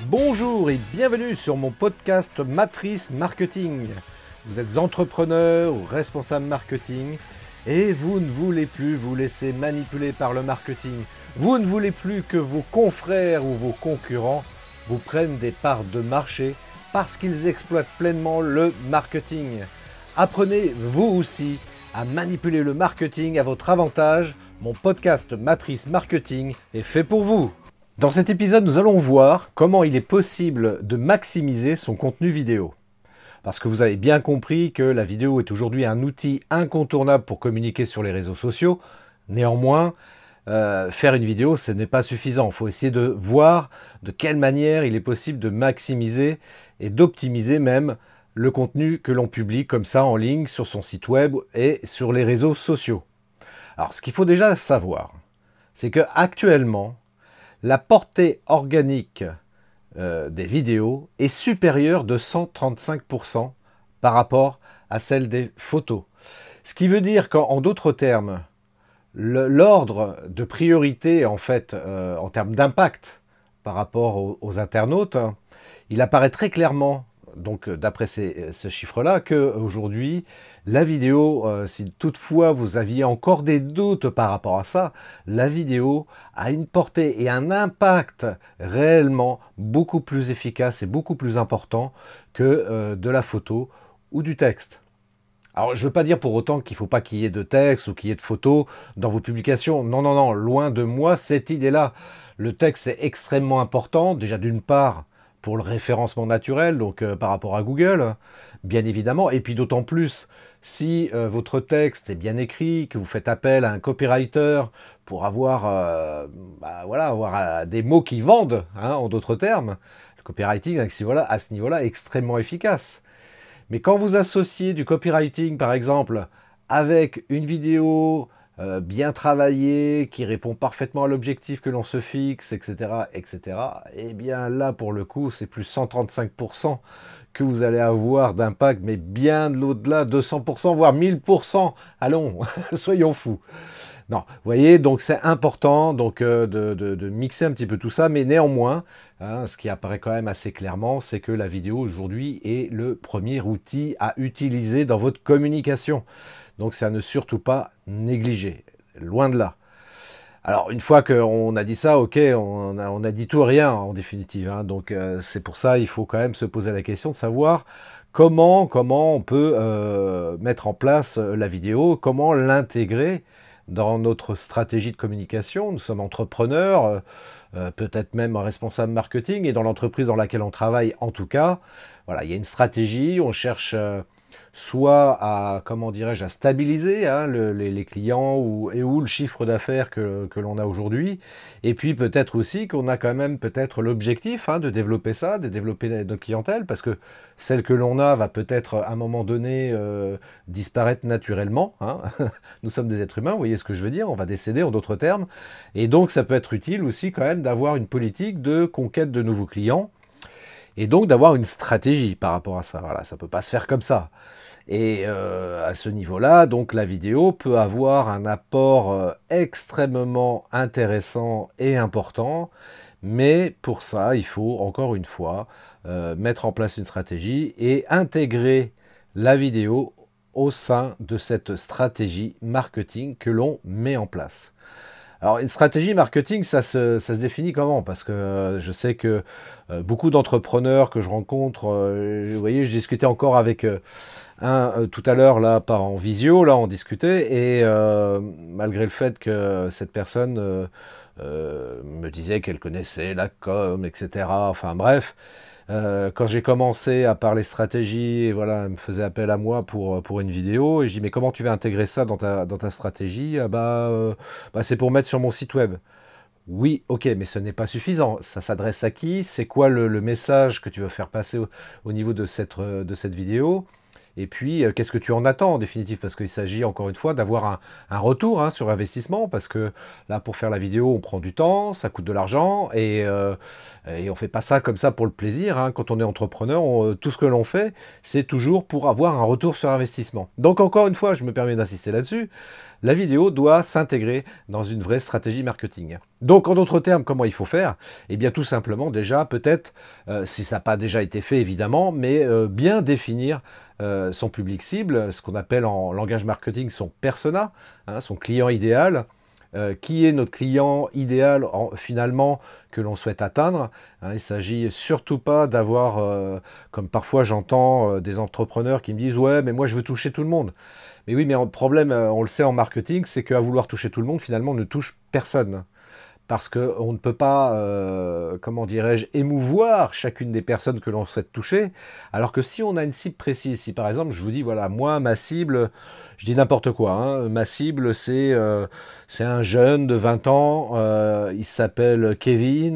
Bonjour et bienvenue sur mon podcast Matrice Marketing. Vous êtes entrepreneur ou responsable marketing et vous ne voulez plus vous laisser manipuler par le marketing. Vous ne voulez plus que vos confrères ou vos concurrents vous prennent des parts de marché parce qu'ils exploitent pleinement le marketing. Apprenez vous aussi à manipuler le marketing à votre avantage. Mon podcast Matrice Marketing est fait pour vous. Dans cet épisode, nous allons voir comment il est possible de maximiser son contenu vidéo. Parce que vous avez bien compris que la vidéo est aujourd'hui un outil incontournable pour communiquer sur les réseaux sociaux. Néanmoins, faire une vidéo, ce n'est pas suffisant. Il faut essayer de voir de quelle manière il est possible de maximiser et d'optimiser même le contenu que l'on publie comme ça en ligne sur son site web et sur les réseaux sociaux. Alors, ce qu'il faut déjà savoir, c'est que actuellement, la portée organique des vidéos est supérieure de 135% par rapport à celle des photos. Ce qui veut dire qu'en d'autres termes, l'ordre de priorité en fait en termes d'impact par rapport aux internautes, il apparaît très clairement, donc d'après ce chiffre-là, qu'aujourd'hui, la vidéo, si toutefois vous aviez encore des doutes par rapport à ça, la vidéo a une portée et un impact réellement beaucoup plus efficace et beaucoup plus important que de la photo ou du texte. Alors, je ne veux pas dire pour autant qu'il ne faut pas qu'il y ait de texte ou qu'il y ait de photos dans vos publications. Non, non, non, loin de moi cette idée-là. Le texte est extrêmement important, déjà d'une part pour le référencement naturel, donc par rapport à Google, bien évidemment, et puis d'autant plus si votre texte est bien écrit, que vous faites appel à un copywriter pour avoir, avoir des mots qui vendent, en d'autres termes. Le copywriting à ce niveau-là est extrêmement efficace. Mais quand vous associez du copywriting, par exemple, avec une vidéo bien travaillée, qui répond parfaitement à l'objectif que l'on se fixe, etc., eh bien là, pour le coup, c'est plus 135% que vous allez avoir d'impact, mais bien de l'au-delà, 200%, voire 1000%. Allons, soyons fous. Non, vous voyez, donc c'est important donc, de mixer un petit peu tout ça, mais néanmoins, ce qui apparaît quand même assez clairement, c'est que la vidéo aujourd'hui est le premier outil à utiliser dans votre communication. Donc c'est à ne surtout pas négliger, loin de là. Alors une fois qu'on a dit ça, ok, on a dit tout ou rien en définitive. Donc c'est pour ça il faut quand même se poser la question de savoir comment on peut mettre en place la vidéo, comment l'intégrer dans notre stratégie de communication. Nous sommes entrepreneurs, peut-être même responsable marketing, et dans l'entreprise dans laquelle on travaille, en tout cas, voilà, il y a une stratégie, on cherche soit à, à stabiliser les clients ou le chiffre d'affaires que l'on a aujourd'hui, et puis peut-être aussi qu'on a quand même peut-être l'objectif de développer ça, de développer notre clientèle, parce que celle que l'on a va peut-être à un moment donné disparaître naturellement. Nous sommes des êtres humains, vous voyez ce que je veux dire, on va décéder en d'autres termes, et donc ça peut être utile aussi quand même d'avoir une politique de conquête de nouveaux clients, et donc d'avoir une stratégie par rapport à ça. Voilà, ça ne peut pas se faire comme ça. Et à ce niveau-là, donc la vidéo peut avoir un apport extrêmement intéressant et important, mais pour ça, il faut encore une fois mettre en place une stratégie et intégrer la vidéo au sein de cette stratégie marketing que l'on met en place. Alors, une stratégie marketing, ça se définit comment? Parce que je sais que beaucoup d'entrepreneurs que je rencontre, vous voyez, je discutais encore avec tout à l'heure, là, en visio, là, on discutait, et malgré le fait que cette personne me disait qu'elle connaissait la com, etc., enfin bref, quand j'ai commencé à parler stratégie, et voilà, elle me faisait appel à moi pour une vidéo, et je dis, mais comment tu vas intégrer ça dans ta stratégie? C'est pour mettre sur mon site web. Oui, ok, mais ce n'est pas suffisant. Ça s'adresse à qui? C'est quoi le message que tu veux faire passer au niveau de cette vidéo? Et puis, qu'est-ce que tu en attends en définitive? Parce qu'il s'agit encore une fois d'avoir un retour hein, sur investissement, parce que là, pour faire la vidéo, on prend du temps, ça coûte de l'argent, et on fait pas ça comme ça pour le plaisir. Hein. Quand on est entrepreneur, tout ce que l'on fait, c'est toujours pour avoir un retour sur investissement. Donc encore une fois, je me permets d'insister là-dessus, la vidéo doit s'intégrer dans une vraie stratégie marketing. Donc en d'autres termes, comment il faut faire? Eh bien tout simplement déjà, peut-être, si ça n'a pas déjà été fait évidemment, mais bien définir son public cible, ce qu'on appelle en langage marketing son persona, hein, son client idéal. Qui est notre client idéal finalement que l'on souhaite atteindre. Hein, il ne s'agit surtout pas d'avoir, comme parfois j'entends des entrepreneurs qui me disent « Ouais, mais moi je veux toucher tout le monde ». Mais oui, mais le problème, on le sait en marketing, c'est qu'à vouloir toucher tout le monde, finalement, on ne touche personne. Parce qu'on ne peut pas, comment dirais-je, émouvoir chacune des personnes que l'on souhaite toucher. Alors que si on a une cible précise, si par exemple je vous dis, voilà, moi, ma cible, je dis n'importe quoi, hein, ma cible c'est un jeune de 20 ans, il s'appelle Kevin,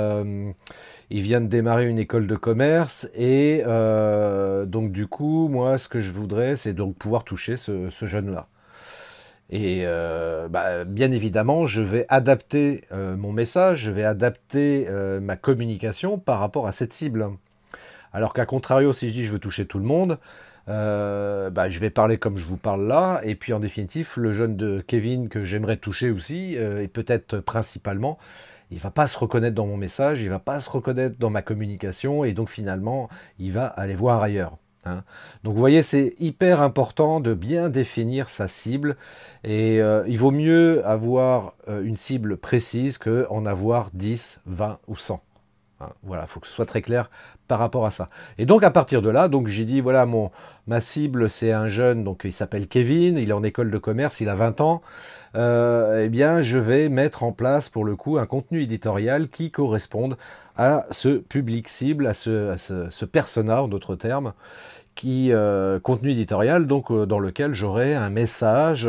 il vient de démarrer une école de commerce et donc du coup, moi, ce que je voudrais, c'est donc pouvoir toucher ce jeune-là. Et bien évidemment, je vais adapter mon message, je vais adapter ma communication par rapport à cette cible. Alors qu'à contrario, si je dis je veux toucher tout le monde, je vais parler comme je vous parle là, et puis en définitive, le jeune de Kevin que j'aimerais toucher aussi, et peut-être principalement, il va pas se reconnaître dans mon message, il va pas se reconnaître dans ma communication, et donc finalement, il va aller voir ailleurs. Hein. Donc vous voyez, c'est hyper important de bien définir sa cible, et il vaut mieux avoir une cible précise qu'en avoir 10, 20 ou 100. Hein, voilà, il faut que ce soit très clair par rapport à ça. Et donc à partir de là, donc j'ai dit voilà, ma cible c'est un jeune, donc il s'appelle Kevin, il est en école de commerce, il a 20 ans. Eh bien je vais mettre en place pour le coup un contenu éditorial qui corresponde à ce public cible, à ce persona en d'autres termes, contenu éditorial donc dans lequel j'aurai un message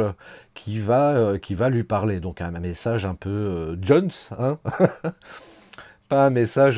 qui va lui parler. Donc un message un peu Jones, hein pas un message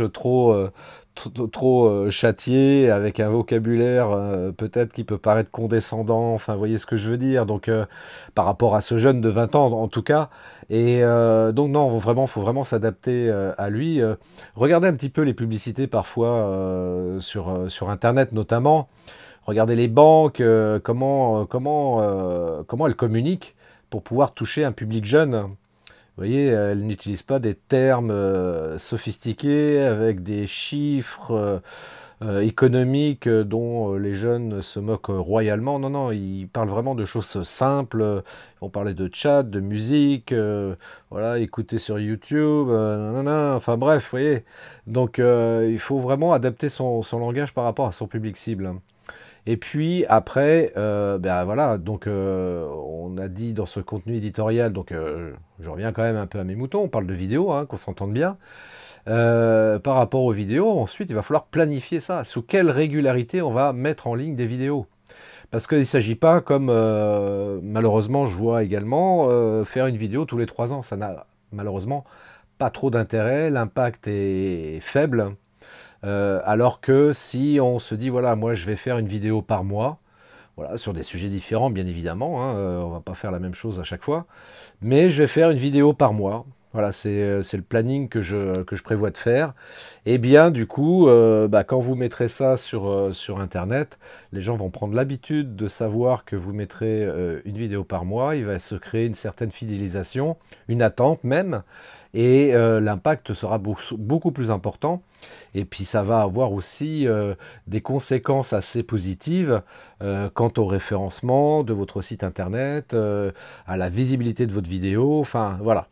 trop châtié, avec un vocabulaire peut-être qui peut paraître condescendant, enfin vous voyez ce que je veux dire, donc par rapport à ce jeune de 20 ans en tout cas, et donc non, faut vraiment s'adapter à lui. Regardez un petit peu les publicités parfois sur Internet notamment, regardez les banques, comment elles communiquent pour pouvoir toucher un public jeune. Vous voyez, elle n'utilise pas des termes sophistiqués avec des chiffres économiques dont les jeunes se moquent royalement. Non, non, ils parlent vraiment de choses simples. Ils vont parler de chat, de musique, voilà, écouter sur YouTube, nanana, enfin bref, vous voyez. Donc il faut vraiment adapter son langage par rapport à son public cible. Et puis après, voilà, donc on a dit dans ce contenu éditorial, donc je reviens quand même un peu à mes moutons, on parle de vidéos, hein, qu'on s'entende bien. Par rapport aux vidéos, ensuite il va falloir planifier ça, sous quelle régularité on va mettre en ligne des vidéos. Parce qu'il ne s'agit pas, comme malheureusement je vois également, faire une vidéo tous les 3 ans. Ça n'a malheureusement pas trop d'intérêt, l'impact est faible. Alors que si on se dit, voilà, moi je vais faire une vidéo par mois, voilà, sur des sujets différents bien évidemment, hein, on va pas faire la même chose à chaque fois, mais je vais faire une vidéo par mois. Voilà, c'est le planning que je prévois de faire. Et bien, du coup, quand vous mettrez ça sur Internet, les gens vont prendre l'habitude de savoir que vous mettrez une vidéo par mois. Il va se créer une certaine fidélisation, une attente même, et l'impact sera beaucoup plus important. Et puis, ça va avoir aussi des conséquences assez positives quant au référencement de votre site Internet, à la visibilité de votre vidéo, enfin, voilà.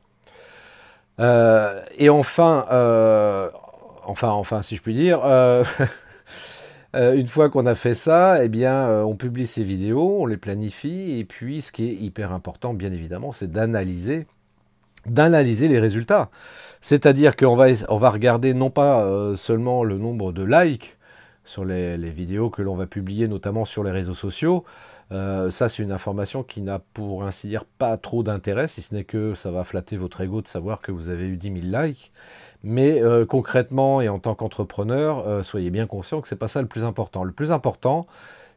Et enfin, si je puis dire, une fois qu'on a fait ça, eh bien, on publie ces vidéos, on les planifie, et puis ce qui est hyper important, bien évidemment, c'est d'analyser les résultats. C'est-à-dire qu'on va regarder non pas seulement le nombre de likes sur les vidéos que l'on va publier, notamment sur les réseaux sociaux. Ça, c'est une information qui n'a, pour ainsi dire, pas trop d'intérêt, si ce n'est que ça va flatter votre ego de savoir que vous avez eu 10 000 likes. Mais concrètement et en tant qu'entrepreneur, soyez bien conscient que c'est pas ça le plus important. Le plus important,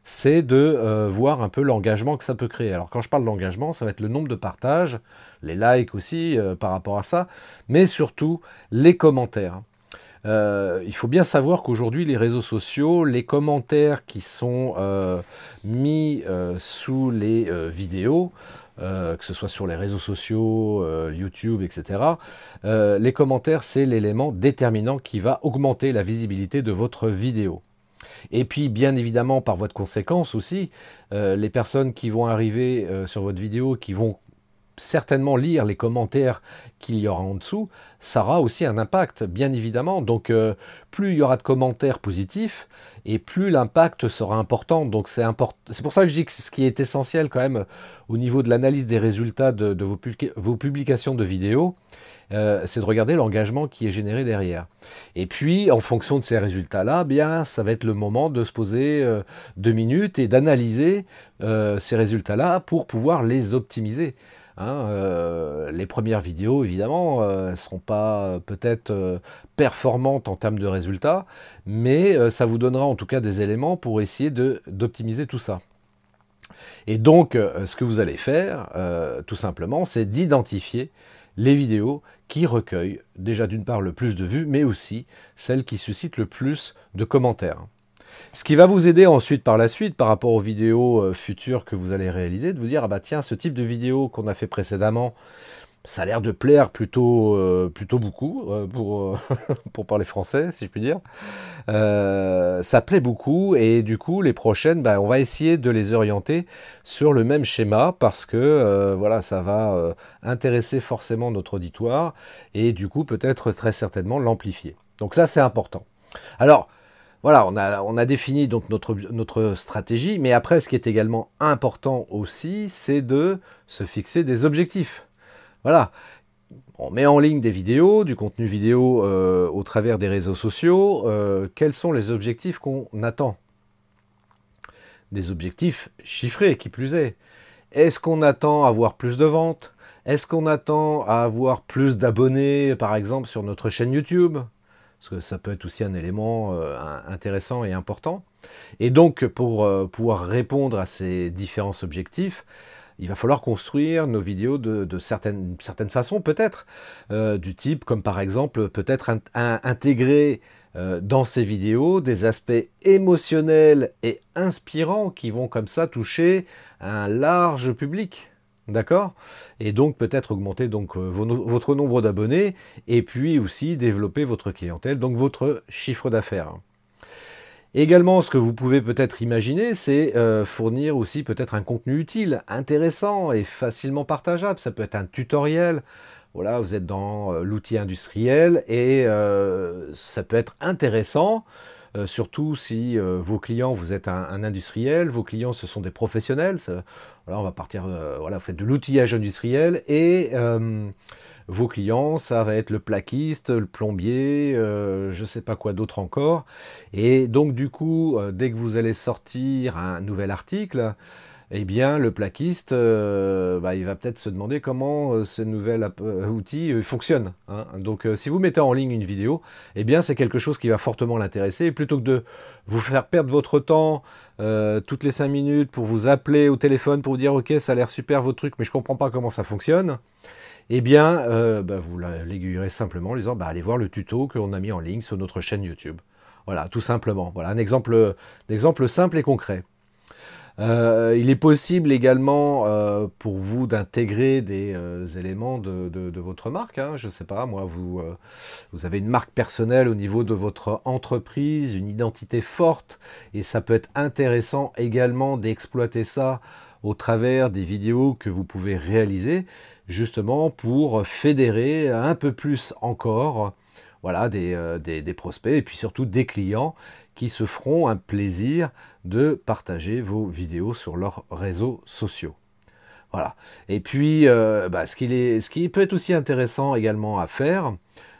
c'est de voir un peu l'engagement que ça peut créer. Alors quand je parle d'engagement, ça va être le nombre de partages, les likes aussi par rapport à ça, mais surtout les commentaires. Il faut bien savoir qu'aujourd'hui, les réseaux sociaux, les commentaires qui sont mis sous les vidéos, que ce soit sur les réseaux sociaux, YouTube, etc., les commentaires, c'est l'élément déterminant qui va augmenter la visibilité de votre vidéo. Et puis, bien évidemment, par voie de conséquence aussi, les personnes qui vont arriver sur votre vidéo, qui vont certainement lire les commentaires qu'il y aura en dessous, ça aura aussi un impact, bien évidemment. Donc, plus il y aura de commentaires positifs, et plus l'impact sera important. Donc, c'est pour ça que je dis que ce qui est essentiel quand même au niveau de l'analyse des résultats de vos publications de vidéos, c'est de regarder l'engagement qui est généré derrière. Et puis, en fonction de ces résultats-là, bien, ça va être le moment de se poser 2 minutes et d'analyser ces résultats-là pour pouvoir les optimiser. Hein, les premières vidéos, évidemment, elles ne seront pas peut-être performantes en termes de résultats, mais ça vous donnera en tout cas des éléments pour essayer d'optimiser tout ça. Et donc, ce que vous allez faire, tout simplement, c'est d'identifier les vidéos qui recueillent déjà d'une part le plus de vues, mais aussi celles qui suscitent le plus de commentaires. Ce qui va vous aider ensuite par la suite, par rapport aux vidéos futures que vous allez réaliser, de vous dire, ah bah tiens, ce type de vidéo qu'on a fait précédemment, ça a l'air de plaire plutôt beaucoup, pour parler français, si je puis dire. Ça plaît beaucoup, et du coup, les prochaines, bah, on va essayer de les orienter sur le même schéma, parce que voilà, ça va intéresser forcément notre auditoire, et du coup, peut-être très certainement l'amplifier. Donc ça, c'est important. Alors, voilà, on a défini donc notre stratégie, mais après, ce qui est également important aussi, c'est de se fixer des objectifs. Voilà, on met en ligne des vidéos, du contenu vidéo au travers des réseaux sociaux. Quels sont les objectifs qu'on attend? Des objectifs chiffrés, qui plus est. Est-ce qu'on attend à avoir plus de ventes? Est-ce qu'on attend à avoir plus d'abonnés, par exemple, sur notre chaîne YouTube? Parce que ça peut être aussi un élément intéressant et important. Et donc, pour pouvoir répondre à ces différents objectifs, il va falloir construire nos vidéos de certaines façons, peut-être, du type, comme par exemple, peut-être intégrer dans ces vidéos des aspects émotionnels et inspirants qui vont comme ça toucher un large public. D'accord? Et donc peut-être augmenter donc, votre nombre d'abonnés et puis aussi développer votre clientèle, donc votre chiffre d'affaires. Également, ce que vous pouvez peut-être imaginer, c'est fournir aussi peut-être un contenu utile, intéressant et facilement partageable. Ça peut être un tutoriel. Voilà, vous êtes dans l'outil industriel et ça peut être intéressant, surtout si vos clients, vous êtes un industriel, vos clients, ce sont des professionnels. Voilà, on va partir, voilà, vous faites de l'outillage industriel et vos clients, ça va être le plaquiste, le plombier, je ne sais pas quoi d'autre encore. Et donc du coup, dès que vous allez sortir un nouvel article, eh bien le plaquiste, bah, il va peut-être se demander comment ce nouvel outil fonctionne. Hein. Donc si vous mettez en ligne une vidéo, eh bien c'est quelque chose qui va fortement l'intéresser. Et plutôt que de vous faire perdre votre temps toutes les 5 minutes pour vous appeler au téléphone pour vous dire ok, ça a l'air super votre truc, mais je ne comprends pas comment ça fonctionne, eh bien, bah, vous l'aiguillerez simplement en disant bah, allez voir le tuto qu'on a mis en ligne sur notre chaîne YouTube. Voilà, tout simplement. Voilà un exemple simple et concret. Il est possible également pour vous d'intégrer des éléments de votre marque. Hein. Je ne sais pas, moi, vous avez une marque personnelle au niveau de votre entreprise, une identité forte, et ça peut être intéressant également d'exploiter ça au travers des vidéos que vous pouvez réaliser, justement pour fédérer un peu plus encore voilà, des prospects et puis surtout des clients qui se feront un plaisir de partager vos vidéos sur leurs réseaux sociaux. Voilà. Et puis, bah, ce qui peut être aussi intéressant également à faire,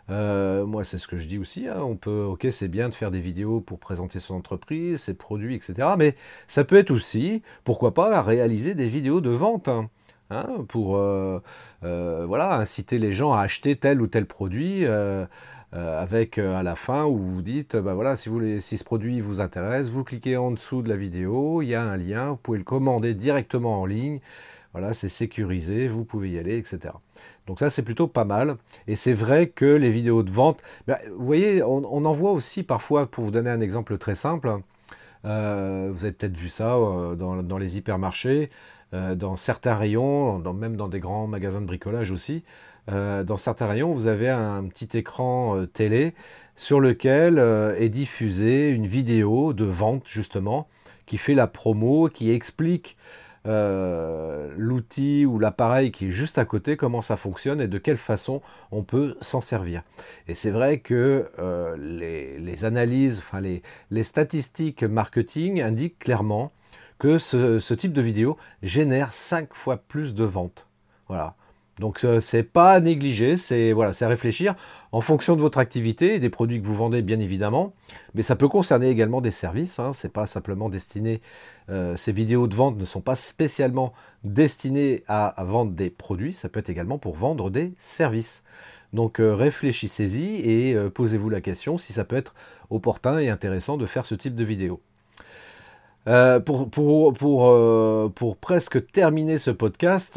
moi c'est ce que je dis aussi, hein, on peut, ok, c'est bien de faire des vidéos pour présenter son entreprise, ses produits, etc. Mais ça peut être aussi, pourquoi pas, réaliser des vidéos de vente. Hein, pour voilà, inciter les gens à acheter tel ou tel produit avec à la fin où vous dites, bah voilà, si ce produit vous intéresse, vous cliquez en dessous de la vidéo, il y a un lien, vous pouvez le commander directement en ligne. Voilà, c'est sécurisé, vous pouvez y aller, etc. Donc ça, c'est plutôt pas mal. Et c'est vrai que les vidéos de vente, bah, vous voyez, on en voit aussi parfois, pour vous donner un exemple très simple, vous avez peut-être vu ça dans les hypermarchés, dans certains rayons, même dans des grands magasins de bricolage aussi. Dans certains rayons, vous avez un petit écran télé sur lequel est diffusée une vidéo de vente, justement, qui fait la promo, qui explique l'outil ou l'appareil qui est juste à côté, comment ça fonctionne et de quelle façon on peut s'en servir. Et c'est vrai que les analyses, enfin les statistiques marketing indiquent clairement que ce type de vidéo génère 5 fois plus de ventes. Voilà. Donc c'est pas à négliger, c'est voilà, c'est à réfléchir en fonction de votre activité et des produits que vous vendez bien évidemment, mais ça peut concerner également des services, hein, c'est pas simplement destiné, ces vidéos de vente ne sont pas spécialement destinées à vendre des produits, ça peut être également pour vendre des services. Donc réfléchissez-y et posez-vous la question si ça peut être opportun et intéressant de faire ce type de vidéo. Pour presque terminer ce podcast,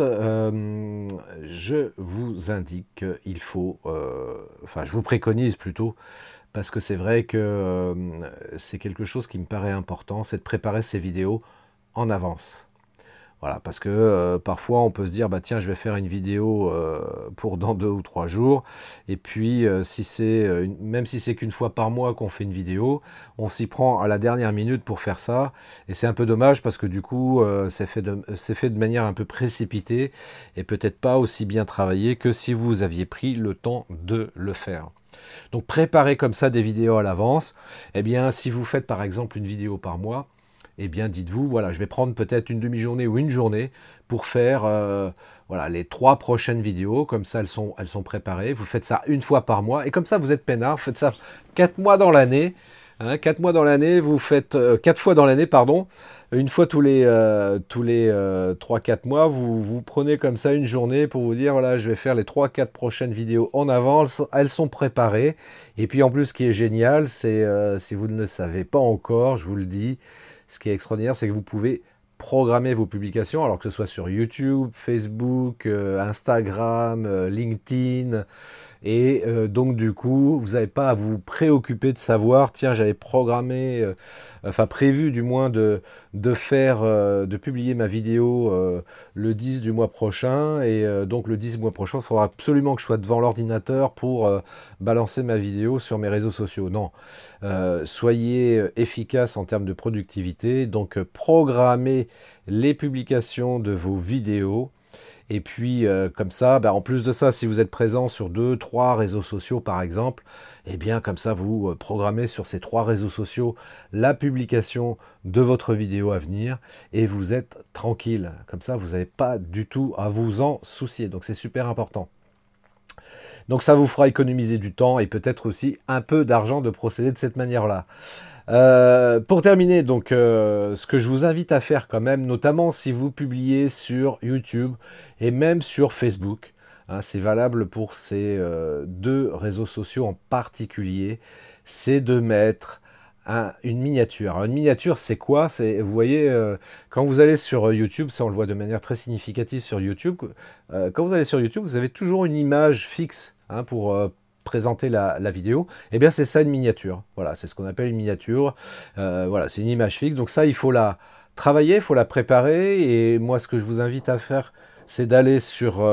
je vous indique qu'il faut, enfin je vous préconise plutôt, parce que c'est vrai que c'est quelque chose qui me paraît important, c'est de préparer ces vidéos en avance. Voilà, parce que parfois on peut se dire, bah tiens, je vais faire une vidéo pour dans 2 ou 3 jours, et puis même si c'est qu'une fois par mois qu'on fait une vidéo, on s'y prend à la dernière minute pour faire ça, et c'est un peu dommage parce que du coup, c'est fait de manière un peu précipitée, et peut-être pas aussi bien travaillé que si vous aviez pris le temps de le faire. Donc préparez comme ça des vidéos à l'avance. Eh bien, si vous faites par exemple une vidéo par mois, eh bien dites-vous, voilà, je vais prendre peut-être une demi-journée ou une journée pour faire voilà, les 3 prochaines vidéos, comme ça elles sont préparées, vous faites ça une fois par mois, et comme ça vous êtes peinard, vous faites ça 4 mois dans l'année, hein, 4 mois dans l'année, vous faites 4 fois dans l'année, pardon, une fois tous les 3-4 mois, vous prenez comme ça une journée pour vous dire, voilà, je vais faire les 3-4 prochaines vidéos en avance, elles sont préparées, et puis en plus ce qui est génial, c'est si vous ne le savez pas encore, je vous le dis, ce qui est extraordinaire, c'est que vous pouvez programmer vos publications, alors que ce soit sur YouTube, Facebook, Instagram, LinkedIn, et donc du coup, vous n'avez pas à vous préoccuper de savoir, tiens, j'avais programmé, enfin prévu du moins de publier ma vidéo le 10 du mois prochain, et donc le 10 du mois prochain, il faudra absolument que je sois devant l'ordinateur pour balancer ma vidéo sur mes réseaux sociaux. Non, soyez efficace en termes de productivité, donc programmez les publications de vos vidéos. Et puis, comme ça, bah, en plus de ça, si vous êtes présent sur 2-3 réseaux sociaux, par exemple, eh bien, comme ça, vous programmez sur ces 3 réseaux sociaux la publication de votre vidéo à venir et vous êtes tranquille. Comme ça, vous n'avez pas du tout à vous en soucier. Donc, c'est super important. Donc, ça vous fera économiser du temps et peut-être aussi un peu d'argent de procéder de cette manière-là. Pour terminer, donc, ce que je vous invite à faire quand même, notamment si vous publiez sur YouTube et même sur Facebook, hein, c'est valable pour ces 2 réseaux sociaux en particulier, c'est de mettre une miniature. Alors, une miniature, c'est quoi? Vous voyez, quand vous allez sur YouTube, ça on le voit de manière très significative sur YouTube, quand vous allez sur YouTube, vous avez toujours une image fixe, hein, pour présenter la vidéo, et bien c'est ça une miniature. Voilà, c'est ce qu'on appelle une miniature. Voilà, c'est une image fixe. Donc ça, il faut la travailler, il faut la préparer. Et moi, ce que je vous invite à faire, c'est d'aller sur...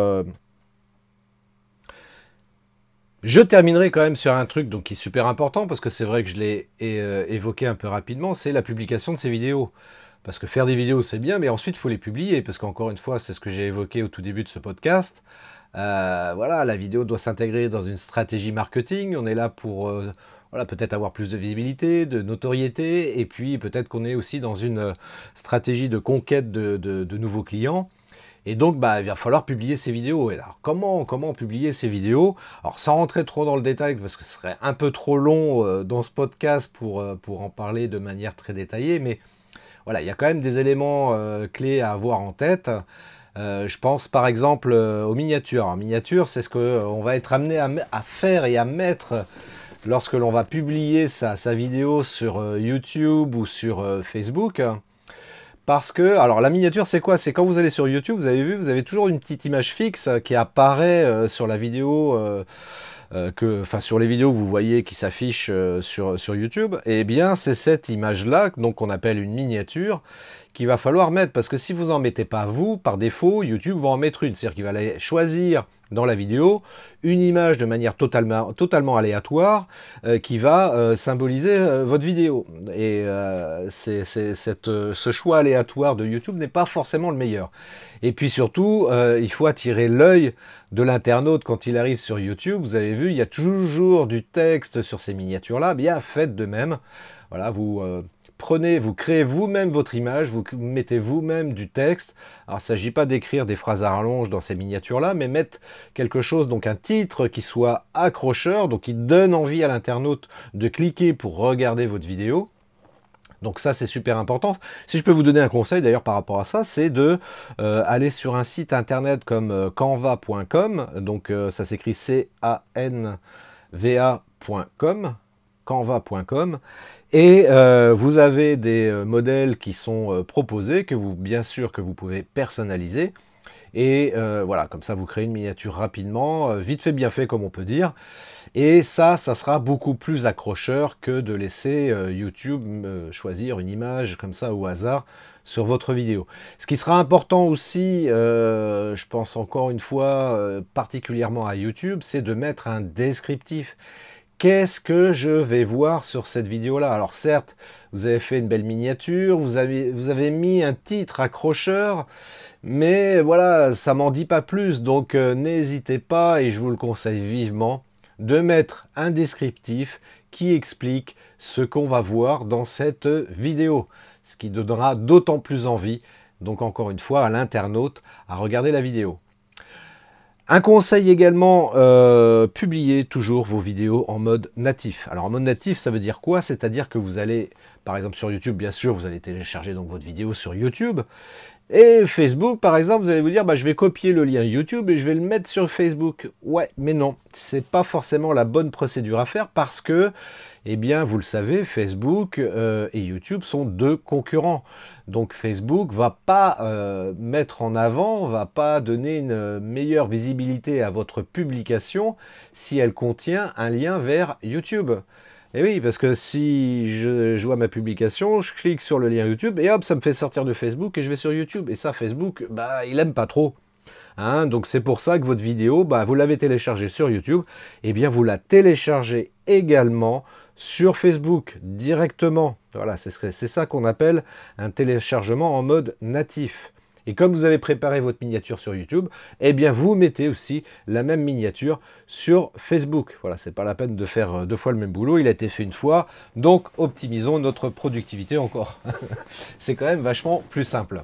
Je terminerai quand même sur un truc donc, qui est super important, parce que c'est vrai que je l'ai évoqué un peu rapidement, c'est la publication de ces vidéos. Parce que faire des vidéos, c'est bien, mais ensuite, il faut les publier. Parce qu'encore une fois, c'est ce que j'ai évoqué au tout début de ce podcast. Voilà, la vidéo doit s'intégrer dans une stratégie marketing. On est là pour voilà, peut-être avoir plus de visibilité, de notoriété, et puis peut-être qu'on est aussi dans une stratégie de conquête de nouveaux clients. Et donc, bah, il va falloir publier ces vidéos. Et alors, comment publier ces vidéos? Alors, sans rentrer trop dans le détail, parce que ce serait un peu trop long dans ce podcast pour en parler de manière très détaillée, mais voilà, il y a quand même des éléments clés à avoir en tête. Je pense par exemple aux miniatures. En miniature, c'est ce qu'on va être amené à faire et à mettre lorsque l'on va publier sa vidéo sur YouTube ou sur Facebook. Parce que, alors la miniature c'est quoi? C'est quand vous allez sur YouTube, vous avez vu, vous avez toujours une petite image fixe qui apparaît sur la vidéo, enfin sur les vidéos que vous voyez qui s'affichent sur YouTube. Et bien c'est cette image-là, donc qu'on appelle une miniature, qu'il va falloir mettre. Parce que si vous n'en mettez pas vous, par défaut, YouTube va en mettre une. C'est-à-dire qu'il va aller choisir dans la vidéo une image de manière totalement aléatoire qui va symboliser votre vidéo. Et ce choix aléatoire de YouTube n'est pas forcément le meilleur. Et puis surtout, il faut attirer l'œil de l'internaute quand il arrive sur YouTube. Vous avez vu, il y a toujours du texte sur ces miniatures-là. Bien, faites de même. Voilà, vous vous créez vous-même votre image, vous mettez vous-même du texte. Alors, il ne s'agit pas d'écrire des phrases à rallonge dans ces miniatures-là, mais mettre quelque chose, donc un titre qui soit accrocheur, donc qui donne envie à l'internaute de cliquer pour regarder votre vidéo. Donc ça, c'est super important. Si je peux vous donner un conseil d'ailleurs par rapport à ça, c'est de aller sur un site internet comme canva.com. Donc ça s'écrit canva.com, canva.com. Et vous avez des modèles qui sont proposés, bien sûr que vous pouvez personnaliser. Et voilà, comme ça vous créez une miniature rapidement, vite fait bien fait comme on peut dire. Et ça sera beaucoup plus accrocheur que de laisser YouTube choisir une image comme ça au hasard sur votre vidéo. Ce qui sera important aussi, je pense encore une fois, particulièrement à YouTube, c'est de mettre un descriptif. Qu'est-ce que je vais voir sur cette vidéo-là? Alors certes, vous avez fait une belle miniature, vous avez mis un titre accrocheur, mais voilà, ça m'en dit pas plus. Donc n'hésitez pas, et je vous le conseille vivement, de mettre un descriptif qui explique ce qu'on va voir dans cette vidéo. Ce qui donnera d'autant plus envie, donc encore une fois, à l'internaute à regarder la vidéo. Un conseil également, publiez toujours vos vidéos en mode natif. Alors en mode natif, ça veut dire quoi? C'est-à-dire que vous allez, par exemple sur YouTube, bien sûr, vous allez télécharger donc votre vidéo sur YouTube. Et Facebook, par exemple, vous allez vous dire, bah, je vais copier le lien YouTube et je vais le mettre sur Facebook. Ouais, mais non, c'est pas forcément la bonne procédure à faire parce que, eh bien, vous le savez, Facebook et YouTube sont deux concurrents. Donc Facebook va pas mettre en avant, va pas donner une meilleure visibilité à votre publication si elle contient un lien vers YouTube. Et oui, parce que si je vois ma publication, je clique sur le lien YouTube et hop, ça me fait sortir de Facebook et je vais sur YouTube. Et ça, Facebook, bah, il aime pas trop. Hein, donc c'est pour ça que votre vidéo, bah, vous l'avez téléchargée sur YouTube, et bien vous la téléchargez également sur Facebook directement. Voilà, c'est ça qu'on appelle un téléchargement en mode natif. Et comme vous avez préparé votre miniature sur YouTube, eh bien vous mettez aussi la même miniature sur Facebook. Voilà, c'est pas la peine de faire deux fois le même boulot, il a été fait une fois, donc optimisons notre productivité encore. C'est quand même vachement plus simple.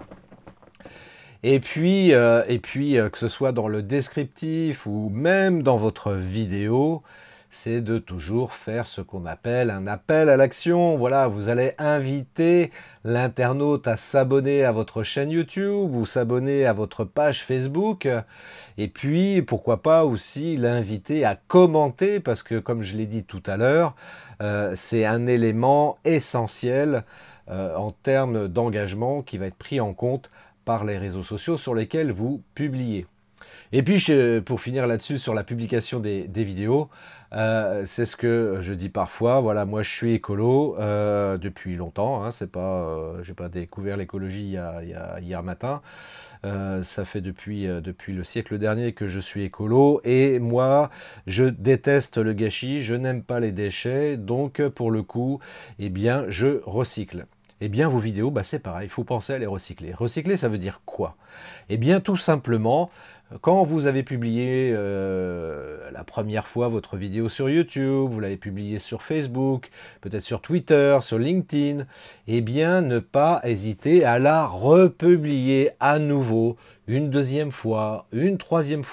Et puis, que ce soit dans le descriptif ou même dans votre vidéo, c'est de toujours faire ce qu'on appelle un appel à l'action. Voilà, vous allez inviter l'internaute à s'abonner à votre chaîne YouTube ou s'abonner à votre page Facebook. Et puis, pourquoi pas aussi l'inviter à commenter, parce que comme je l'ai dit tout à l'heure, c'est un élément essentiel en termes d'engagement qui va être pris en compte par les réseaux sociaux sur lesquels vous publiez. Et puis, pour finir là-dessus, sur la publication des vidéos, c'est ce que je dis parfois. Voilà, moi, je suis écolo depuis longtemps. Hein, c'est pas, j'ai pas découvert l'écologie hier matin. Ça fait depuis le siècle dernier que je suis écolo. Et moi, je déteste le gâchis. Je n'aime pas les déchets. Donc, pour le coup, eh bien, je recycle. Eh bien, vos vidéos, bah, c'est pareil, il faut penser à les recycler. Recycler, ça veut dire quoi? Eh bien, tout simplement, quand vous avez publié la première fois votre vidéo sur YouTube, vous l'avez publiée sur Facebook, peut-être sur Twitter, sur LinkedIn, eh bien, ne pas hésiter à la republier à nouveau, une deuxième fois, une troisième fois,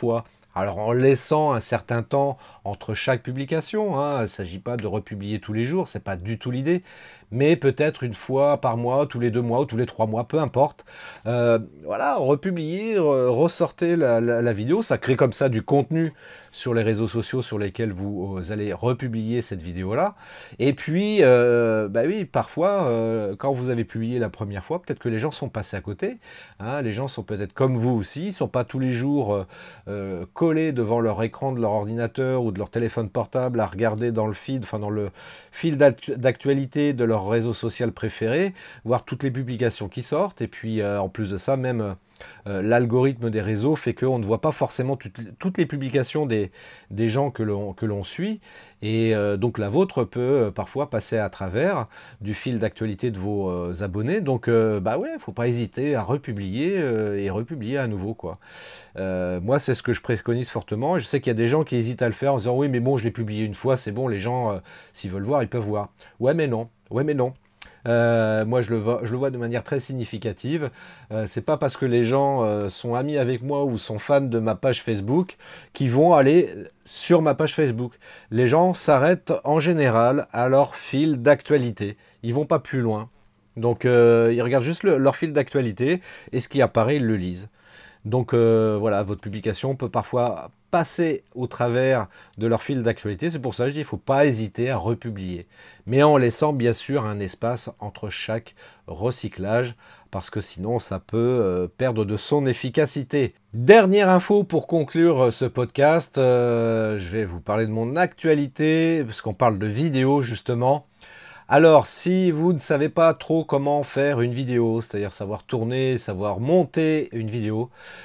Alors en laissant un certain temps entre chaque publication, hein, il ne s'agit pas de republier tous les jours, c'est pas du tout l'idée, mais peut-être une fois par mois, tous les 2 mois ou tous les 3 mois, peu importe. Voilà, republier, ressortez la vidéo, ça crée comme ça du contenu sur les réseaux sociaux sur lesquels vous allez republier cette vidéo-là. Et puis, bah oui, parfois, quand vous avez publié la première fois, peut-être que les gens sont passés à côté. Hein, les gens sont peut-être comme vous aussi, ils ne sont pas tous les jours collés devant leur écran de leur ordinateur ou de leur téléphone portable à regarder dans le feed, enfin dans le fil d'actualité de leur réseau social préféré, voir toutes les publications qui sortent. Et puis, en plus de ça, même l'algorithme des réseaux fait qu'on ne voit pas forcément toutes les publications des gens que l'on suit. Et donc la vôtre peut parfois passer à travers du fil d'actualité de vos abonnés. Donc bah ouais, faut pas hésiter à republier et republier à nouveau, quoi. Moi, c'est ce que je préconise fortement. Je sais qu'il y a des gens qui hésitent à le faire en disant oui, mais bon, je l'ai publié une fois, c'est bon, les gens, s'ils veulent voir, ils peuvent voir. Ouais, mais non. Ouais, mais non. Moi, je le vois de manière très significative. C'est pas parce que les gens sont amis avec moi ou sont fans de ma page Facebook qu'ils vont aller sur ma page Facebook. Les gens s'arrêtent en général à leur fil d'actualité. Ils vont pas plus loin. Donc, ils regardent juste leur fil d'actualité et ce qui apparaît, ils le lisent. Donc voilà, votre publication peut parfois passer au travers de leur fil d'actualité. C'est pour ça que je dis qu'il ne faut pas hésiter à republier. Mais en laissant bien sûr un espace entre chaque recyclage, parce que sinon ça peut perdre de son efficacité. Dernière info pour conclure ce podcast, je vais vous parler de mon actualité, parce qu'on parle de vidéo justement. Alors, si vous ne savez pas trop comment faire une vidéo, c'est-à-dire savoir tourner, savoir monter une vidéo,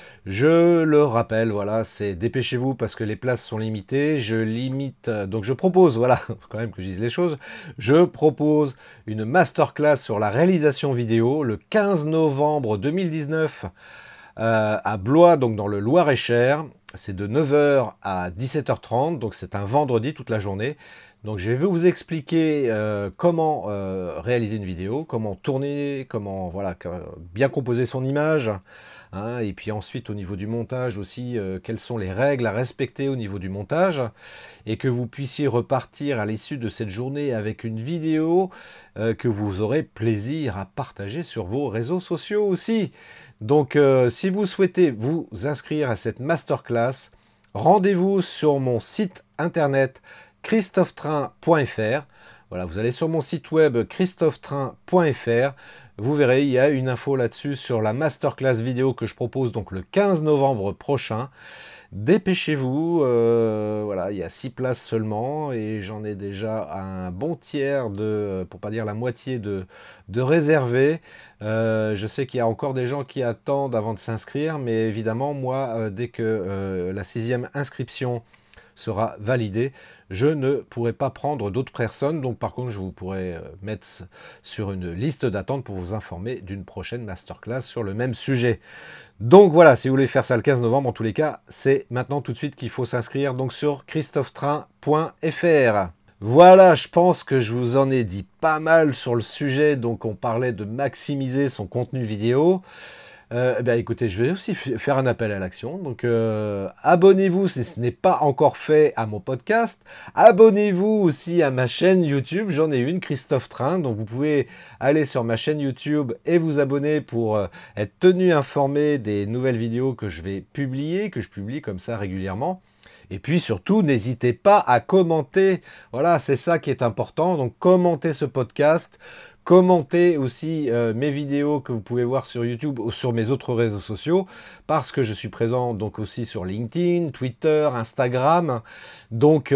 je le rappelle, voilà, c'est dépêchez-vous parce que les places sont limitées. Donc je propose, voilà, faut quand même que je dise les choses, je propose une masterclass sur la réalisation vidéo le 15 novembre 2019 à Blois, donc dans le Loir-et-Cher. C'est de 9h à 17h30, donc c'est un vendredi toute la journée. Donc je vais vous expliquer comment réaliser une vidéo, comment tourner, comment voilà, bien composer son image, hein, et puis ensuite au niveau du montage aussi, quelles sont les règles à respecter au niveau du montage, et que vous puissiez repartir à l'issue de cette journée avec une vidéo que vous aurez plaisir à partager sur vos réseaux sociaux aussi. Donc si vous souhaitez vous inscrire à cette masterclass, rendez-vous sur mon site internet christophetrain.fr. Voilà, vous allez sur mon site web christophetrain.fr. Vous verrez, il y a une info là-dessus sur la masterclass vidéo que je propose donc le 15 novembre prochain. Dépêchez-vous, voilà, il y a 6 places seulement et j'en ai déjà un bon tiers pour pas dire la moitié de réservés. Je sais qu'il y a encore des gens qui attendent avant de s'inscrire, mais évidemment, moi, dès que la 6e inscription sera validée, je ne pourrai pas prendre d'autres personnes. Donc par contre, je vous pourrai mettre sur une liste d'attente pour vous informer d'une prochaine masterclass sur le même sujet. Donc voilà, si vous voulez faire ça le 15 novembre, en tous les cas, c'est maintenant tout de suite qu'il faut s'inscrire donc sur christophetrain.fr. Voilà, je pense que je vous en ai dit pas mal sur le sujet. Donc on parlait de maximiser son contenu vidéo. Écoutez, je vais aussi faire un appel à l'action. Donc, abonnez-vous si ce n'est pas encore fait à mon podcast. Abonnez-vous aussi à ma chaîne YouTube. J'en ai une, Christophe Train. Donc, vous pouvez aller sur ma chaîne YouTube et vous abonner pour être tenu informé des nouvelles vidéos que je vais publier, que je publie comme ça régulièrement. Et puis surtout, n'hésitez pas à commenter. Voilà, c'est ça qui est important. Donc, commentez ce podcast. Commentez aussi mes vidéos que vous pouvez voir sur YouTube ou sur mes autres réseaux sociaux parce que je suis présent donc aussi sur LinkedIn, Twitter, Instagram. Donc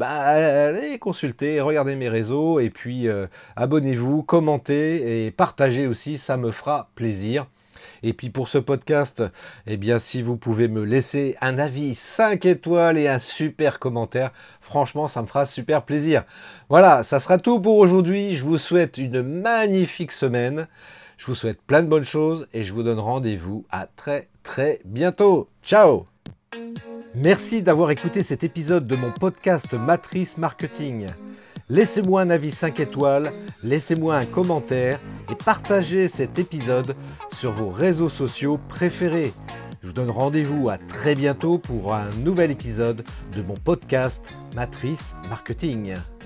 allez consulter, regardez mes réseaux et puis abonnez-vous, commentez et partagez aussi, ça me fera plaisir. Et puis pour ce podcast, eh bien si vous pouvez me laisser un avis 5 étoiles et un super commentaire, franchement ça me fera super plaisir. Voilà, ça sera tout pour aujourd'hui. Je vous souhaite une magnifique semaine. Je vous souhaite plein de bonnes choses et je vous donne rendez-vous à très très bientôt. Ciao! Merci d'avoir écouté cet épisode de mon podcast Matrice Marketing. Laissez-moi un avis 5 étoiles, laissez-moi un commentaire et partagez cet épisode sur vos réseaux sociaux préférés. Je Je vous donne rendez-vous à très bientôt pour un nouvel épisode de mon podcast Matrice Marketing.